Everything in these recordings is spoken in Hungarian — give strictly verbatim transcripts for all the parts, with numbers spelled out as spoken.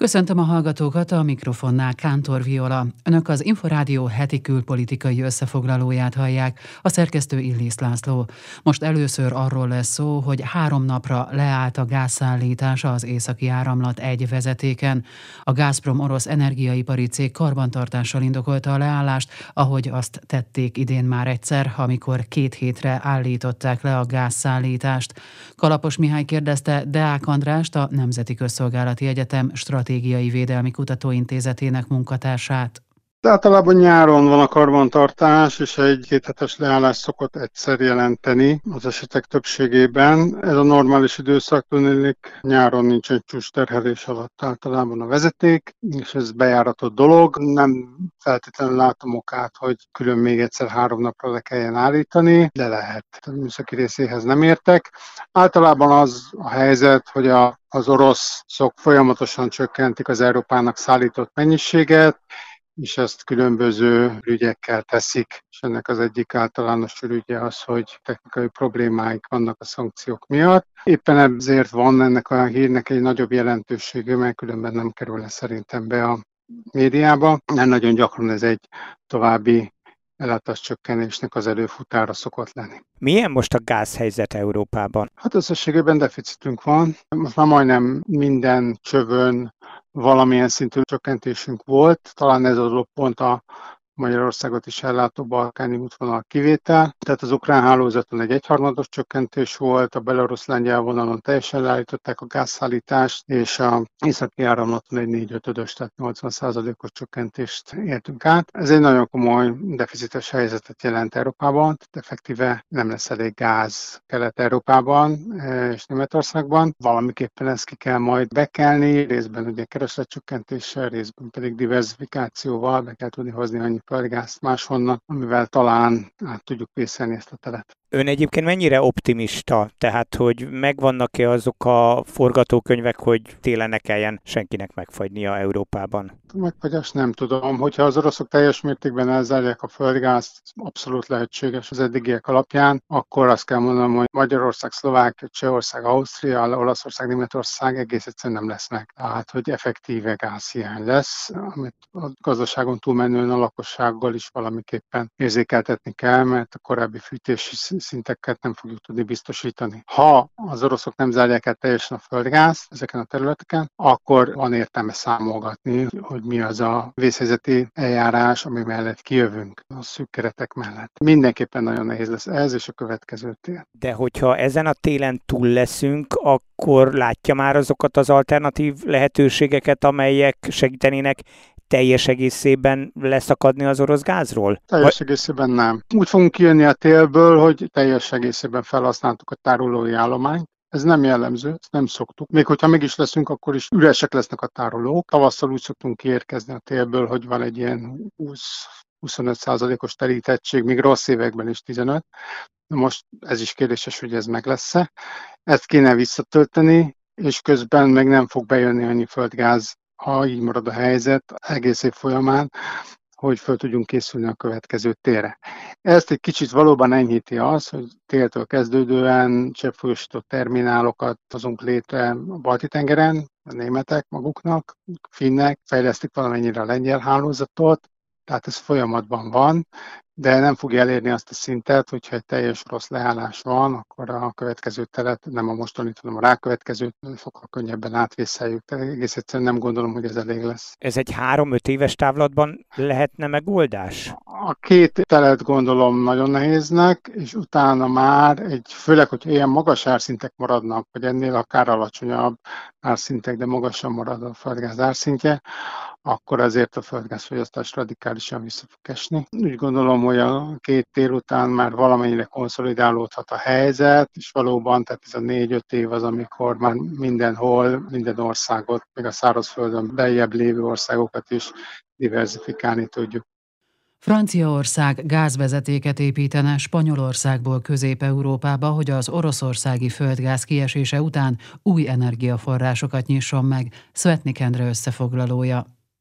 Köszöntöm a hallgatókat, a mikrofonnál Kántor Viola. Önök az Inforádió heti külpolitikai összefoglalóját hallják, a szerkesztő Illész László. Most először arról lesz szó, hogy három napra leállt a gázszállítása az Északi Áramlat egy vezetéken. A Gazprom orosz energiaipari cég karbantartással indokolta a leállást, ahogy azt tették idén már egyszer, amikor két hétre állították le a gázszállítást. Kalapos Mihály kérdezte Deák Andrást, a Nemzeti Közszolgálati Egyetem Stratégiai Védelmi Kutatóintézetének munkatársát. De általában nyáron van a karbantartás, és egy kéthetes leállás szokott egyszer jelenteni az esetek többségében. Ez a normális időszak, tudnélik, nyáron nincsen csúcsterhelés alatt általában a vezeték, és ez bejáratott dolog. Nem feltétlenül látom okát, hogy külön még egyszer három napra le kelljen állítani, de lehet. A műszaki részéhez nem értek. Általában az a helyzet, hogy a, az oroszok folyamatosan csökkentik az Európának szállított mennyiséget, és ezt különböző ügyekkel teszik, és ennek az egyik általános ürügye az, hogy technikai problémáik vannak a szankciók miatt. Éppen ezért van ennek a hírnek egy nagyobb jelentősége, mert különben nem kerül le szerintem be a médiába. Nem nagyon gyakran ez egy további ellátáscsökkenésnek az előfutára szokott lenni. Milyen most a gázhelyzet Európában? Hát összességében deficitünk van. Most már majdnem minden csövön valamilyen szintű csökkentésünk volt. Talán ez az pont a Magyarországot is ellátó balkáni útvonal kivétel. Tehát az ukrán hálózaton egy egyharmados csökkentés volt, a belorusz-lengyel vonalon teljesen leállították a gázszállítást, és a északi áramlaton egy négy-ötödös, tehát nyolcvan százalékos csökkentést éltünk át. Ez egy nagyon komoly deficites helyzetet jelent Európában, tehát effektíve nem lesz elég gáz Kelet-Európában és Németországban. Valamiképpen ezt ki kell majd bekelni, részben ugye keresletcsökkentéssel, részben pedig diversifikációval be kell tudni hozni annyi földgázt máshonnan, amivel talán át tudjuk vészelni ezt a telet. Ön egyébként mennyire optimista? Tehát, hogy megvannak-e azok a forgatókönyvek, hogy télen ne kelljen senkinek megfagynia Európában? Megfagyást nem tudom. Hogyha az oroszok teljes mértékben elzárják a földgázt, abszolút lehetséges az eddigiek alapján, akkor azt kell mondanom, hogy Magyarország, Szlovákia, Csehország, Ausztria, Olaszország, Németország egész egyszerűen nem lesznek. Tehát, hogy effektíve gázhiány lesz, amit a gazdaságon túlmenően a lakossággal is valamiképpen érzékeltetni kell, mert a korábbi fűtési szinteket nem fogjuk tudni biztosítani. Ha az oroszok nem zárják el teljesen a földgázt ezeken a területeken, akkor van értelme számolgatni, hogy mi az a vészhelyzeti eljárás, ami mellett kijövünk a szűk keretek mellett. Mindenképpen nagyon nehéz lesz ez és a következő tél. De hogyha ezen a télen túl leszünk, akkor látja már azokat az alternatív lehetőségeket, amelyek segítenének teljes egészében leszakadni az orosz gázról? Teljes egészében nem. Úgy fogunk kijönni a télből, hogy teljes egészében felhasználtuk a tárolói állományt. Ez nem jellemző, ezt nem szoktuk. Még hogyha meg is leszünk, akkor is üresek lesznek a tárolók. Tavasszal úgy szoktunk kiérkezni a télből, hogy van egy ilyen húsz-huszonöt százalékos terítettség, még rossz években is tizenöt. Most ez is kérdéses, hogy ez meg lesz-e. Ezt kéne visszatölteni, és közben meg nem fog bejönni annyi földgáz, ha így marad a helyzet egész év folyamán, hogy föl tudjunk készülni a következő télre. Ezt egy kicsit valóban enyhíti az, hogy téltől kezdődően cseppfolyósított terminálokat hozunk létre a Balti-tengeren, a németek maguknak, finnek, fejlesztik valamennyire a lengyel hálózatot, tehát ez folyamatban van, de nem fogja elérni azt a szintet, hogyha egy teljes rossz leállás van, akkor a következő telet, nem a mostanit, hanem a rákövetkezőt sokkal könnyebben átvészeljük. Tehát egész egyszerűen nem gondolom, hogy ez elég lesz. Ez egy három-öt éves távlatban lehetne megoldás? A két telet gondolom nagyon nehéznek, és utána már, egy, főleg, hogyha ilyen magas árszintek maradnak, vagy ennél akár alacsonyabb árszintek, de magasan marad a földgáz árszintje, akkor azért a földgázfogyasztás radikálisan vissza fog esni. Úgy gondolom, hogy a két tél után már valamennyire konszolidálódhat a helyzet, és valóban, tehát ez a négy-öt év az, amikor már mindenhol, minden országot, még a szárazföldön beljebb lévő országokat is diversifikálni tudjuk. Franciaország gázvezetéket építene Spanyolországból Közép-Európába, hogy az oroszországi földgáz kiesése után új energiaforrásokat nyisson meg. Svetnik Endre összefoglalója.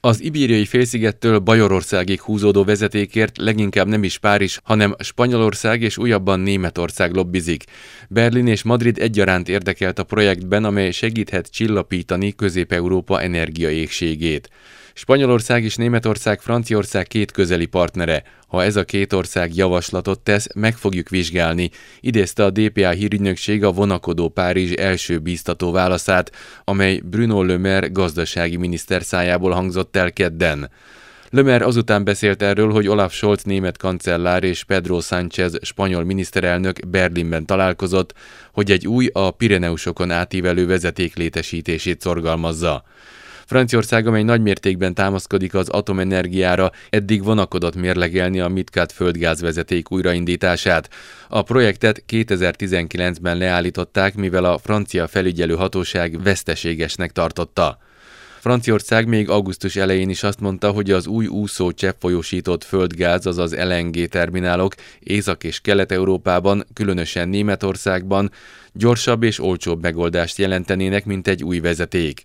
Az Ibériai félszigettől Bajorországig húzódó vezetékért leginkább nem is Párizs, hanem Spanyolország és újabban Németország lobbizik. Berlin és Madrid egyaránt érdekelt a projektben, amely segíthet csillapítani Közép-Európa energiaéhségét. Spanyolország és Németország Franciaország két közeli partnere. Ha ez a két ország javaslatot tesz, meg fogjuk vizsgálni, idézte a dé pé á hírügynökség a vonakodó Párizs első bíztató válaszát, amely Bruno Le Maire gazdasági miniszter szájából hangzott el kedden. Le Maire azután beszélt erről, hogy Olaf Scholz német kancellár és Pedro Sánchez spanyol miniszterelnök Berlinben találkozott, hogy egy új, a Pireneusokon átívelő vezeték létesítését szorgalmazza. Franciaország, amely nagymértékben támaszkodik az atomenergiára, eddig vonakodott mérlegelni a MidCat földgázvezeték újraindítását. A projektet kétezer-tizenkilencben leállították, mivel a francia felügyelő hatóság veszteségesnek tartotta. Franciaország még augusztus elején is azt mondta, hogy az új úszó cseppfolyósított földgáz, azaz el en gé terminálok Észak- és Kelet-Európában, különösen Németországban gyorsabb és olcsóbb megoldást jelentenének, mint egy új vezeték.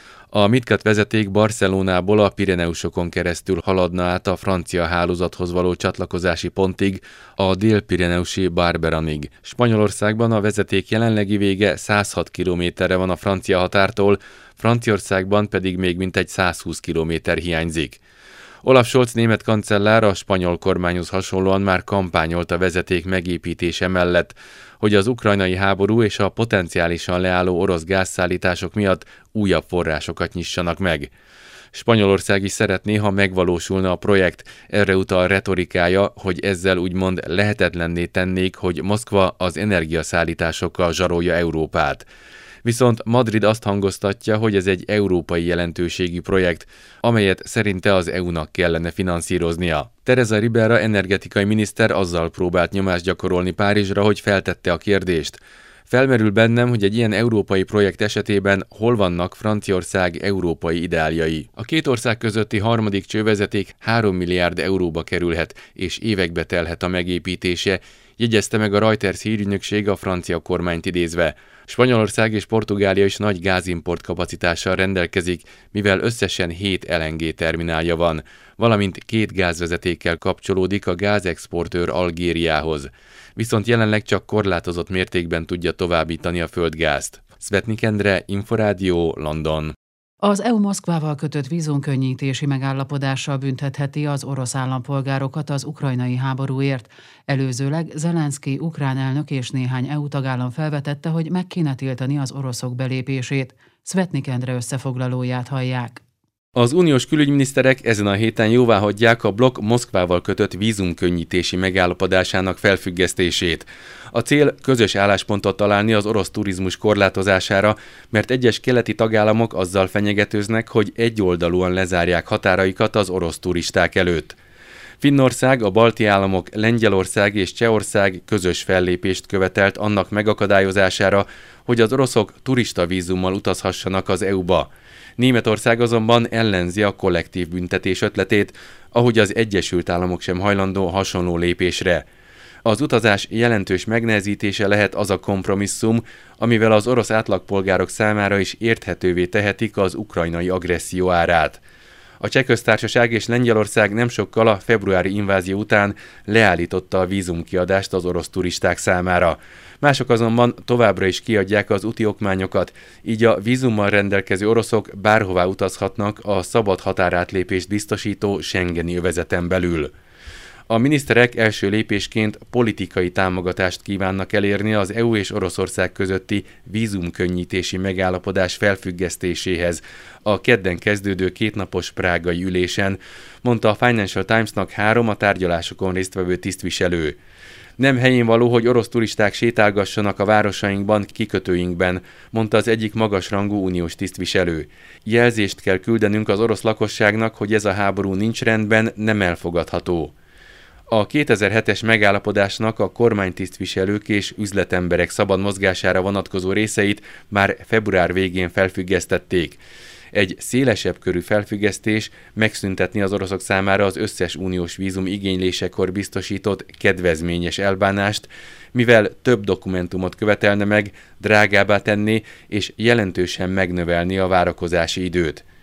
A MidCat vezeték Barcelonából a Pireneusokon keresztül haladna át a francia hálózathoz való csatlakozási pontig, a dél-pireneusi Barberanig. Spanyolországban a vezeték jelenlegi vége száz hat kilométerre van a francia határtól, Franciaországban pedig még mintegy száz húsz kilométer hiányzik. Olaf Scholz német kancellár a spanyol kormányhoz hasonlóan már kampányolt a vezeték megépítése mellett, hogy az ukrajnai háború és a potenciálisan leálló orosz gázszállítások miatt újabb forrásokat nyissanak meg. Spanyolország is szeretné, ha megvalósulna a projekt, erre utal retorikája, hogy ezzel úgymond lehetetlenné tennék, hogy Moszkva az energiaszállításokkal zsarolja Európát. Viszont Madrid azt hangoztatja, hogy ez egy európai jelentőségű projekt, amelyet szerinte az é u-nak kellene finanszíroznia. Teresa Ribera energetikai miniszter azzal próbált nyomást gyakorolni Párizsra, hogy feltette a kérdést. Felmerül bennem, hogy egy ilyen európai projekt esetében hol vannak Franciaország európai ideáljai. A két ország közötti harmadik csővezeték három milliárd euróba kerülhet, és évekbe telhet a megépítése, jegyezte meg a Reuters hírügynökség a francia kormányt idézve. Spanyolország és Portugália is nagy gázimport kapacitással rendelkezik, mivel összesen hét el en gé terminálja van, valamint két gázvezetékkel kapcsolódik a gázexportőr Algériához. Viszont jelenleg csak korlátozott mértékben tudja továbbítani a földgázt. Szvetnik Endre, Inforádió, London. Az é u Moszkvával kötött vízumkönnyítési megállapodással büntetheti az orosz állampolgárokat az ukrajnai háborúért. Előzőleg Zelenszky ukrán elnök és néhány é u tagállam felvetette, hogy meg kéne tiltani az oroszok belépését. Szvetnik Endre összefoglalóját hallják. Az uniós külügyminiszterek ezen a héten jóváhagyják a blokk Moszkvával kötött vízumkönnyítési megállapodásának felfüggesztését. A cél közös álláspontot találni az orosz turizmus korlátozására, mert egyes keleti tagállamok azzal fenyegetőznek, hogy egyoldalúan lezárják határaikat az orosz turisták előtt. Finnország, a balti államok, Lengyelország és Csehország közös fellépést követelt annak megakadályozására, hogy az oroszok turistavízummal utazhassanak az é u-ba. Németország azonban ellenzi a kollektív büntetés ötletét, ahogy az Egyesült Államok sem hajlandó hasonló lépésre. Az utazás jelentős megnehezítése lehet az a kompromisszum, amivel az orosz átlagpolgárok számára is érthetővé tehetik az ukrajnai agresszió árát. A Cseh Köztársaság és Lengyelország nem sokkal a februári invázió után leállította a vízumkiadást az orosz turisták számára. Mások azonban továbbra is kiadják az úti okmányokat, így a vízummal rendelkező oroszok bárhová utazhatnak a szabad határátlépést biztosító Schengeni övezeten belül. A miniszterek első lépésként politikai támogatást kívánnak elérni az é u és Oroszország közötti vízumkönnyítési megállapodás felfüggesztéséhez a kedden kezdődő kétnapos prágai ülésen, mondta a Financial Timesnak három a tárgyalásokon résztvevő tisztviselő. Nem helyén való, hogy orosz turisták sétálgassanak a városainkban, kikötőinkben, mondta az egyik magasrangú uniós tisztviselő. Jelzést kell küldenünk az orosz lakosságnak, hogy ez a háború nincs rendben, nem elfogadható. A kétezer-hetes megállapodásnak a kormánytisztviselők és üzletemberek szabad mozgására vonatkozó részeit már február végén felfüggesztették. Egy szélesebb körű felfüggesztés megszüntetni az oroszok számára az összes uniós vízum igénylésekor biztosított kedvezményes elbánást, mivel több dokumentumot követelne meg, drágábbá tenni és jelentősen megnövelni a várakozási időt.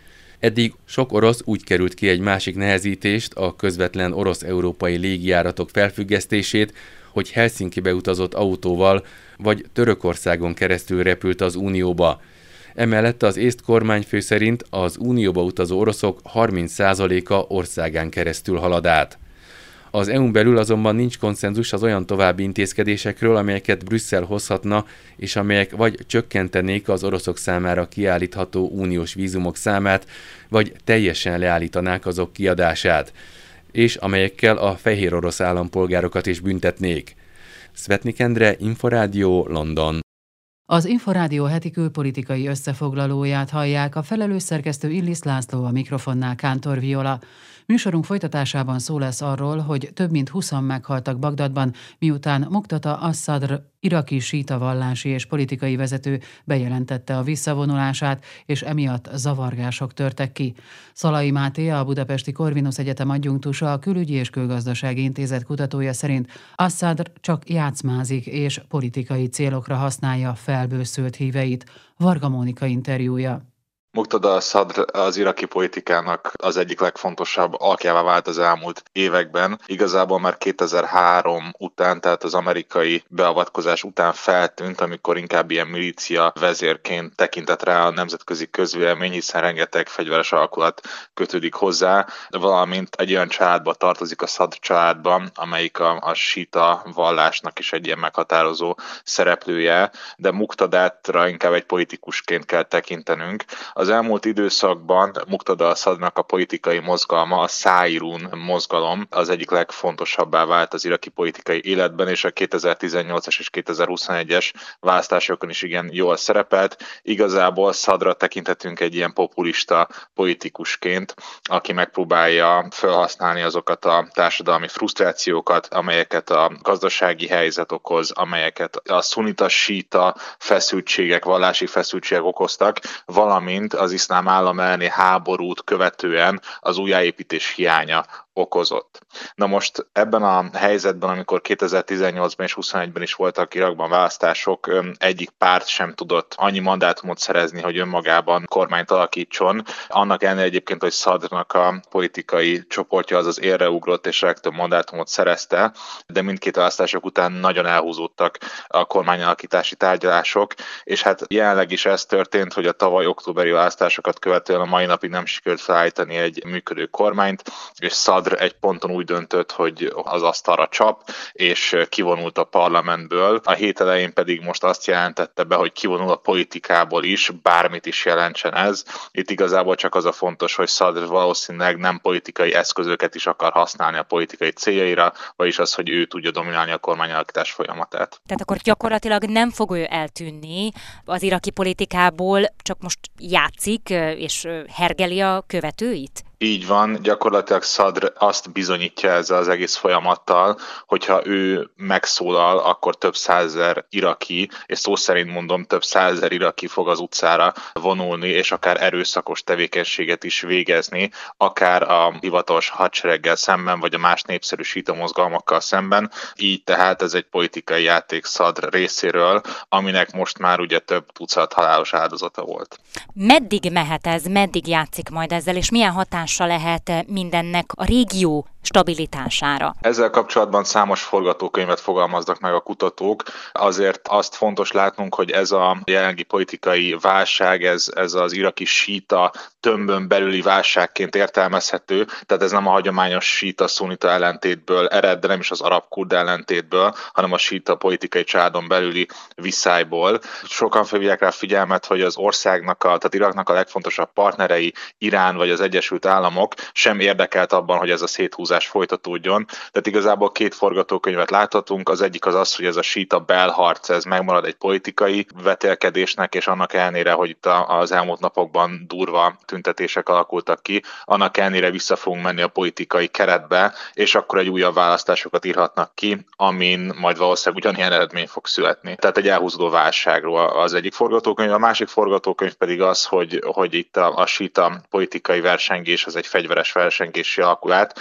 Eddig sok orosz úgy került ki egy másik nehezítést, a közvetlen orosz-európai légijáratok felfüggesztését, hogy Helsinkibe utazott autóval, vagy Törökországon keresztül repült az Unióba. Emellett az észt kormányfő szerint az Unióba utazó oroszok harminc százaléka országán keresztül halad át. Az é u-n belül azonban nincs konszenzus az olyan további intézkedésekről, amelyeket Brüsszel hozhatna, és amelyek vagy csökkentenék az oroszok számára kiállítható uniós vízumok számát, vagy teljesen leállítanák azok kiadását, és amelyekkel a fehér orosz állampolgárokat is büntetnék. Szvetnik Endre, Inforádió, London. Az Inforádió heti külpolitikai összefoglalóját hallják, a felelős szerkesztő Illis László, a mikrofonnál Kántor Viola. Műsorunk folytatásában szó lesz arról, hogy több mint húszan meghaltak Bagdadban, miután Muqtada as-Sadr iraki síta vallási és politikai vezető bejelentette a visszavonulását, és emiatt zavargások törtek ki. Szalai Máté, a Budapesti Corvinus Egyetem adjunktusa, a Külügyi és Külgazdasági Intézet kutatója szerint as-Sadr csak játszmázik és politikai célokra használja felbőszült híveit. Varga Mónika interjúja. Muqtada as-Sadr az iraki politikának az egyik legfontosabb alkjává vált az elmúlt években. Igazából már kétezer-három után, tehát az amerikai beavatkozás után feltűnt, amikor inkább ilyen milícia vezérként tekintett rá a nemzetközi közvélemény, hiszen rengeteg fegyveres alakulat kötődik hozzá, valamint egy olyan családba tartozik, a Sadr családban, amelyik a, a síta vallásnak is egy ilyen meghatározó szereplője, de Muqtadátra inkább egy politikusként kell tekintenünk. Az elmúlt időszakban Muqtada as-Sadrnak a politikai mozgalma, a Száirun mozgalom az egyik legfontosabbá vált az iraki politikai életben, és a kétezer-tizennyolcas és kétezer-huszonegyes választásokon is igen jól szerepelt. Igazából Sadra tekinthetünk egy ilyen populista politikusként, aki megpróbálja felhasználni azokat a társadalmi frusztrációkat, amelyeket a gazdasági helyzet okoz, amelyeket a szunita-síta feszültségek, vallási feszültségek okoztak, valamint az iszlám állam elleni háborút követően az újjáépítés hiánya okozott. Na most ebben a helyzetben, amikor kétezer-tizennyolcban és huszonegyben is voltak Irakban választások, egyik párt sem tudott annyi mandátumot szerezni, hogy önmagában kormányt alakítson. Annak ellenére egyébként, hogy Sadrnak a politikai csoportja az az élre ugrott és legtöbb mandátumot szerezte, de mindkét választások után nagyon elhúzódtak a kormányalakítási tárgyalások, és hát jelenleg is ez történt, hogy a tavaly októberi választásokat követően a mai napig nem sikerült felállítani egy működő kormányt, és Sadr egy ponton úgy döntött, hogy az asztalra csap, és kivonult a parlamentből. A hét elején pedig most azt jelentette be, hogy kivonul a politikából is, bármit is jelentsen ez. Itt igazából csak az a fontos, hogy Sadr valószínűleg nem politikai eszközöket is akar használni a politikai céljaira, vagyis az, hogy ő tudja dominálni a kormányalakítás folyamatát. Tehát akkor gyakorlatilag nem fog ő eltűnni az iraki politikából, csak most játszik és hergeli a követőit? Így van, gyakorlatilag Sadr azt bizonyítja ezzel az egész folyamattal, hogyha ő megszólal, akkor több százezer iraki, és szó szerint mondom, több százezer iraki fog az utcára vonulni, és akár erőszakos tevékenységet is végezni, akár a hivatalos hadsereggel szemben, vagy a más népszerű síta mozgalmakkal szemben. Így tehát ez egy politikai játék Sadr részéről, aminek most már ugye több tucat halálos áldozata volt. Meddig mehet ez, meddig játszik majd ezzel, és milyen hatás lehet mindennek a régió stabilitására? Ezzel kapcsolatban számos forgatókönyvet fogalmaznak meg a kutatók. Azért azt fontos látnunk, hogy ez a jelenlegi politikai válság, ez, ez az iraki síta tömbön belüli válságként értelmezhető, tehát ez nem a hagyományos síta-szunita ellentétből ered, de nem is az arab-kurd ellentétből, hanem a síta politikai családon belüli viszályból. Sokan felhívják rá figyelmet, hogy az országnak, a, tehát Iraknak a legfontosabb partnerei, Irán vagy az Egyesült Államok sem érdekelt abban, hogy ez a széthúzás folytatódjon. Tehát igazából két forgatókönyvet láthatunk. Az egyik az az, hogy ez a síta belharc, ez megmarad egy politikai vetélkedésnek, és annak ellenére, hogy itt az elmúlt napokban durva tüntetések alakultak ki, annak ellenére vissza fogunk menni a politikai keretbe, és akkor egy újabb választásokat írhatnak ki, amin majd valószínűleg ugyanilyen eredmény fog születni. Tehát egy elhúzódó válságról az egyik forgatókönyv, a másik forgatókönyv pedig az, hogy, hogy itt a, a síta politikai versengés az egy fegyveres versengéssé alakul át, és ami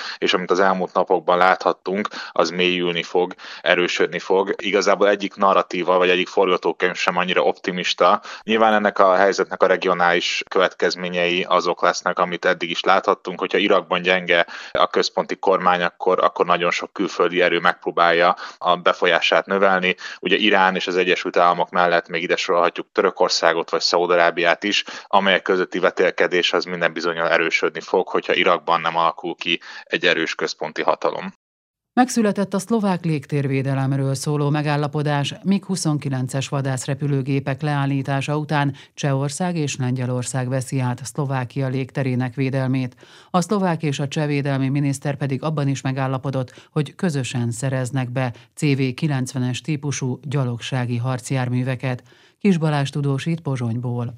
amit az elmúlt napokban láthattunk, az mélyülni fog, erősödni fog. Igazából egyik narratíva, vagy egyik forgatókönyv sem annyira optimista. Nyilván ennek a helyzetnek a regionális következményei azok lesznek, amit eddig is láthattunk, hogyha Irakban gyenge a központi kormány, akkor, akkor nagyon sok külföldi erő megpróbálja a befolyását növelni. Ugye Irán és az Egyesült Államok mellett még ide sorolhatjuk Törökországot vagy Szaúd-Arábiát is, amelyek közötti vetélkedés az minden bizonnyal erősödni fog, hogyha Irakban nem alakul ki egy erős központi hatalom. Megszületett a szlovák légtérvédelemről szóló megállapodás, mig huszonkilences vadászrepülőgépek leállítása után Csehország és Lengyelország veszi át Szlovákia légterének védelmét. A szlovák és a cseh védelmi miniszter pedig abban is megállapodott, hogy közösen szereznek be cé vé kilencvenes típusú gyalogsági harcjárműveket. Kis Balázs tudósít Pozsonyból.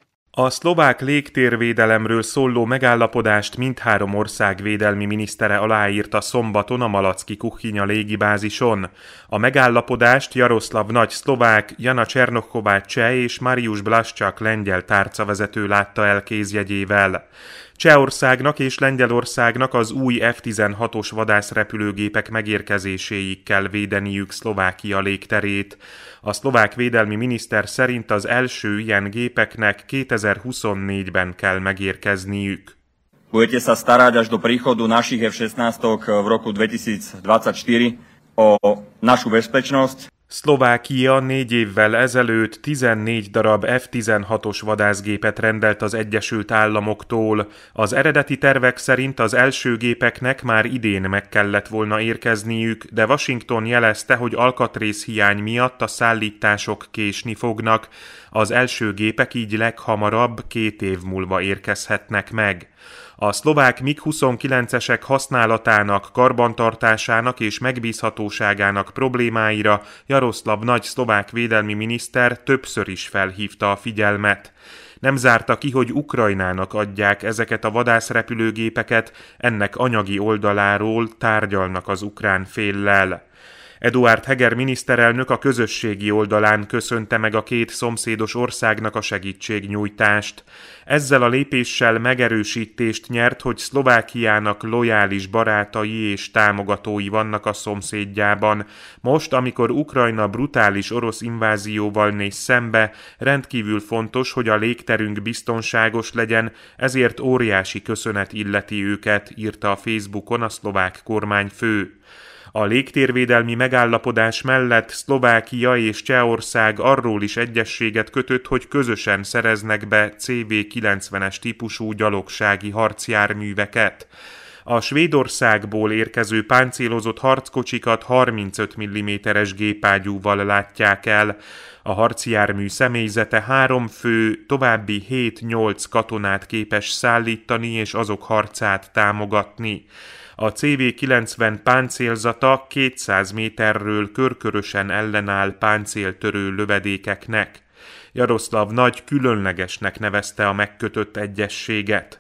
A szlovák légtérvédelemről szóló megállapodást mindhárom ország védelmi minisztere aláírta szombaton a Malacki-Kuchyňa légibázison. A megállapodást Jaroszlav Nagy szlovák, Jana Černochová cseh és Mariusz Blaszczak lengyel tárcavezető látta el kézjegyével. Csehországnak és Lengyelországnak az új ef tizenhatos vadászrepülőgépek megérkezéséig kell védeniük Szlovákia légterét. A szlovák védelmi miniszter szerint az első ilyen gépeknek kétezer-huszonnégyben kell megérkezniük. Budete sa starať až do príchodu našich ef šestnástok v roku dvetisícdvadsaťštyri o našu bezpečnosť. Szlovákia négy évvel ezelőtt tizennégy darab ef tizenhatos vadászgépet rendelt az Egyesült Államoktól. Az eredeti tervek szerint az első gépeknek már idén meg kellett volna érkezniük, de Washington jelezte, hogy alkatrészhiány miatt a szállítások késni fognak. Az első gépek így leghamarabb két év múlva érkezhetnek meg. A szlovák mig huszonkilencesek használatának, karbantartásának és megbízhatóságának problémáira Jaroszlav Nagy szlovák védelmi miniszter többször is felhívta a figyelmet. Nem zárta ki, hogy Ukrajnának adják ezeket a vadászrepülőgépeket, ennek anyagi oldaláról tárgyalnak az ukrán féllel. Eduard Heger miniszterelnök a közösségi oldalán köszönte meg a két szomszédos országnak a segítségnyújtást. Ezzel a lépéssel megerősítést nyert, hogy Szlovákiának lojális barátai és támogatói vannak a szomszédjában. Most, amikor Ukrajna brutális orosz invázióval néz szembe, rendkívül fontos, hogy a légterünk biztonságos legyen, ezért óriási köszönet illeti őket, írta a Facebookon a szlovák kormányfő. A légtérvédelmi megállapodás mellett Szlovákia és Csehország arról is egyezséget kötött, hogy közösen szereznek be cé vé kilencvenes típusú gyalogsági harcjárműveket. A Svédországból érkező páncélozott harckocsikat harmincöt milliméteres gépágyúval látják el. A harcjármű személyzete három fő, további hét-nyolc katonát képes szállítani és azok harcát támogatni. A cé vé kilencven páncélzata kétszáz méterről körkörösen ellenáll páncéltörő lövedékeknek. Jaroszlav Nagy különlegesnek nevezte a megkötött egyezséget.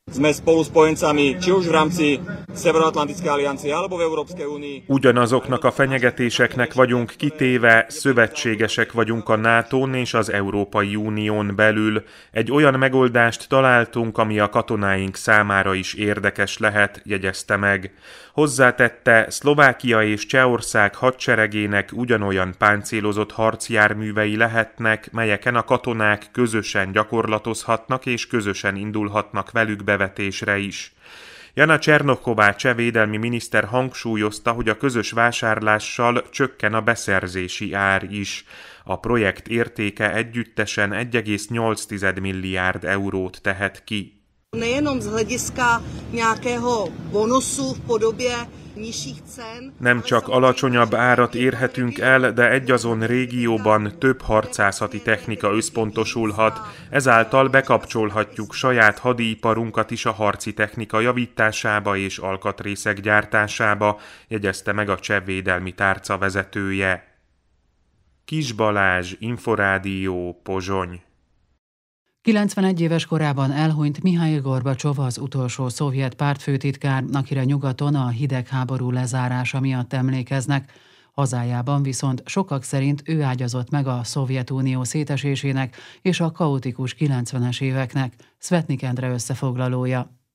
Ugyanazoknak a fenyegetéseknek vagyunk kitéve, szövetségesek vagyunk a nátón és az Európai Unión belül. Egy olyan megoldást találtunk, ami a katonáink számára is érdekes lehet, jegyezte meg. Hozzátette, Szlovákia és Csehország hadseregének ugyanolyan páncélozott harcjárművei lehetnek, melyeken a katonák közösen gyakorlatozhatnak és közösen indulhatnak velük bevetésre is. Jana Černochová cseh védelmi miniszter hangsúlyozta, hogy a közös vásárlással csökken a beszerzési ár is. A projekt értéke együttesen egy egész nyolc milliárd eurót tehet ki. Nejenom z hlediska nějakého bonusu v podobě nižších cen. Nem csak alacsonyabb árat érhetünk el, de egyazon régióban több harcászati technika összpontosulhat, ezáltal bekapcsolhatjuk saját hadiiparunkat is a harci technika javításába és alkatrészek gyártásába, jegyezte meg a cseh védelmi tárca vezetője. Kis Balázs, Inforádió, Pozsony. kilencvenegy éves korában elhunyt Mihail Gorbacsov, az utolsó szovjet pártfőtitkár, akire nyugaton a hidegháború lezárása miatt emlékeznek. Hazájában viszont sokak szerint ő ágyazott meg a Szovjetunió szétesésének és a kaotikus kilencvenes éveknek. Szvetnik Endre összefoglalója.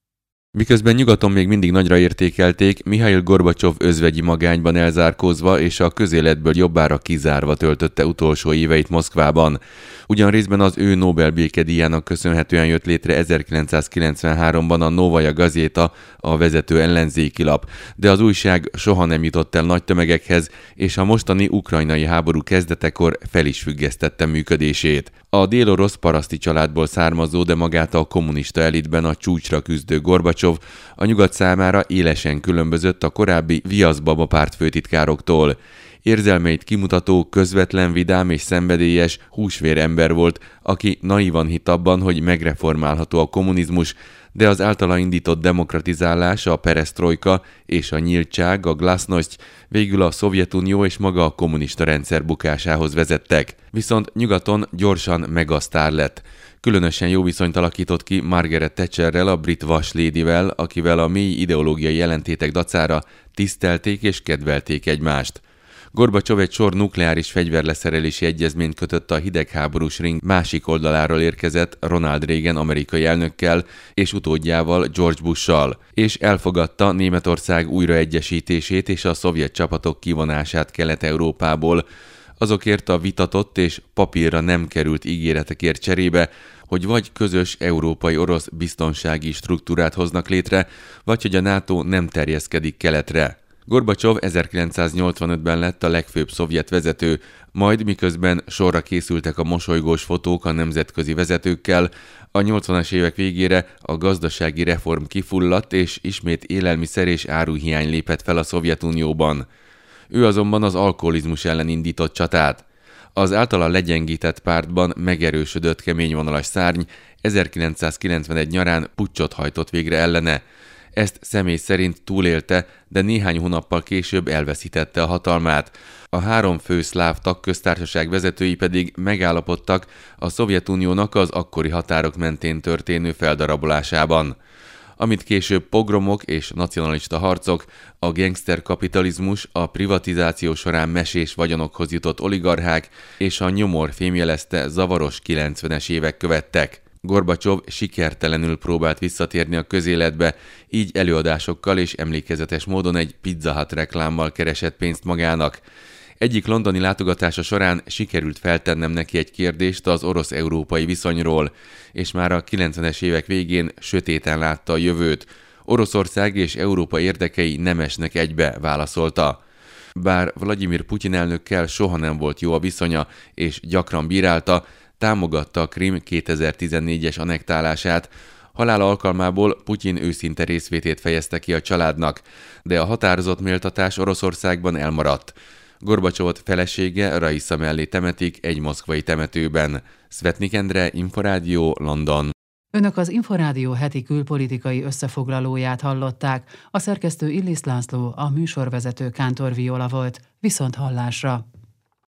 Miközben nyugaton még mindig nagyra értékelték, Mihail Gorbacsov özvegyi magányban elzárkózva és a közéletből jobbára kizárva töltötte utolsó éveit Moszkvában. Ugyan részben az ő Nobel békedíjának köszönhetően jött létre ezerkilencszázkilencvenháromban a Novaja Gazeta, a vezető ellenzéki lap, de az újság soha nem jutott el nagy tömegekhez, és a mostani ukrajnai háború kezdetekor fel is függesztette működését. A dél-orosz paraszti családból származó, de magát a kommunista elitben a csúcsra küzdő Gorbacsov a nyugat számára élesen különbözött a korábbi Viaszbaba párt főtitkároktól. Érzelmeit kimutató, közvetlen, vidám és szenvedélyes, húsvér ember volt, aki naívan hitt abban, hogy megreformálható a kommunizmus, de az általa indított demokratizálás, a peresztrojka és a nyíltság, a glasznoszt végül a Szovjetunió és maga a kommunista rendszer bukásához vezettek. Viszont nyugaton gyorsan megasztár lett. Különösen jó viszonyt alakított ki Margaret Thatcherrel, a brit vaslédivel, akivel a mély ideológiai ellentétek dacára tisztelték és kedvelték egymást. Gorbacsov egy sor nukleáris fegyverleszerelési egyezményt kötött a hidegháborús ring másik oldaláról érkezett Ronald Reagan amerikai elnökkel és utódjával George Bush-sal, és elfogadta Németország újraegyesítését és a szovjet csapatok kivonását Kelet-Európából, azokért a vitatott és papírra nem került ígéretekért cserébe, hogy vagy közös európai-orosz biztonsági struktúrát hoznak létre, vagy hogy a NATO nem terjeszkedik keletre. Gorbacsov ezerkilencszáznyolcvanötben lett a legfőbb szovjet vezető, majd miközben sorra készültek a mosolygós fotók a nemzetközi vezetőkkel, a nyolcvanas évek végére a gazdasági reform kifulladt, és ismét élelmiszer és áruhiány lépett fel a Szovjetunióban. Ő azonban az alkoholizmus ellen indított csatát. Az általa legyengített pártban megerősödött keményvonalas szárny ezerkilencszázkilencvenegy nyarán puccsot hajtott végre ellene. Ezt személy szerint túlélte, de néhány hónappal később elveszítette a hatalmát. A három fő szláv tagköztársaság vezetői pedig megállapodtak a Szovjetuniónak az akkori határok mentén történő feldarabolásában. Amit később pogromok és nacionalista harcok, a gangsterkapitalizmus, a privatizáció során mesés vagyonokhoz jutott oligarchák és a nyomor fémjelezte zavaros kilencvenes évek követtek. Gorbacsov sikertelenül próbált visszatérni a közéletbe, így előadásokkal és emlékezetes módon egy Pizza Hut reklámmal keresett pénzt magának. Egyik londoni látogatása során sikerült feltennem neki egy kérdést az orosz-európai viszonyról, és már a kilencvenes évek végén sötéten látta a jövőt. Oroszország és Európa érdekei nem esnek egybe, válaszolta. Bár Vladimir Putyin elnökkel soha nem volt jó a viszonya, és gyakran bírálta, támogatta a Krim kétezer-tizennégyes annektálását, halála alkalmából Putyin őszinte részvétét fejezte ki a családnak, de a határozott méltatás Oroszországban elmaradt. Gorbacsovot felesége Raisa mellé temetik egy moszkvai temetőben. Szvetnik Endre, Inforádió, London. Önök az Inforádió heti külpolitikai összefoglalóját hallották, a szerkesztő Illis László, a műsorvezető Kántor Viola volt. Viszont hallásra!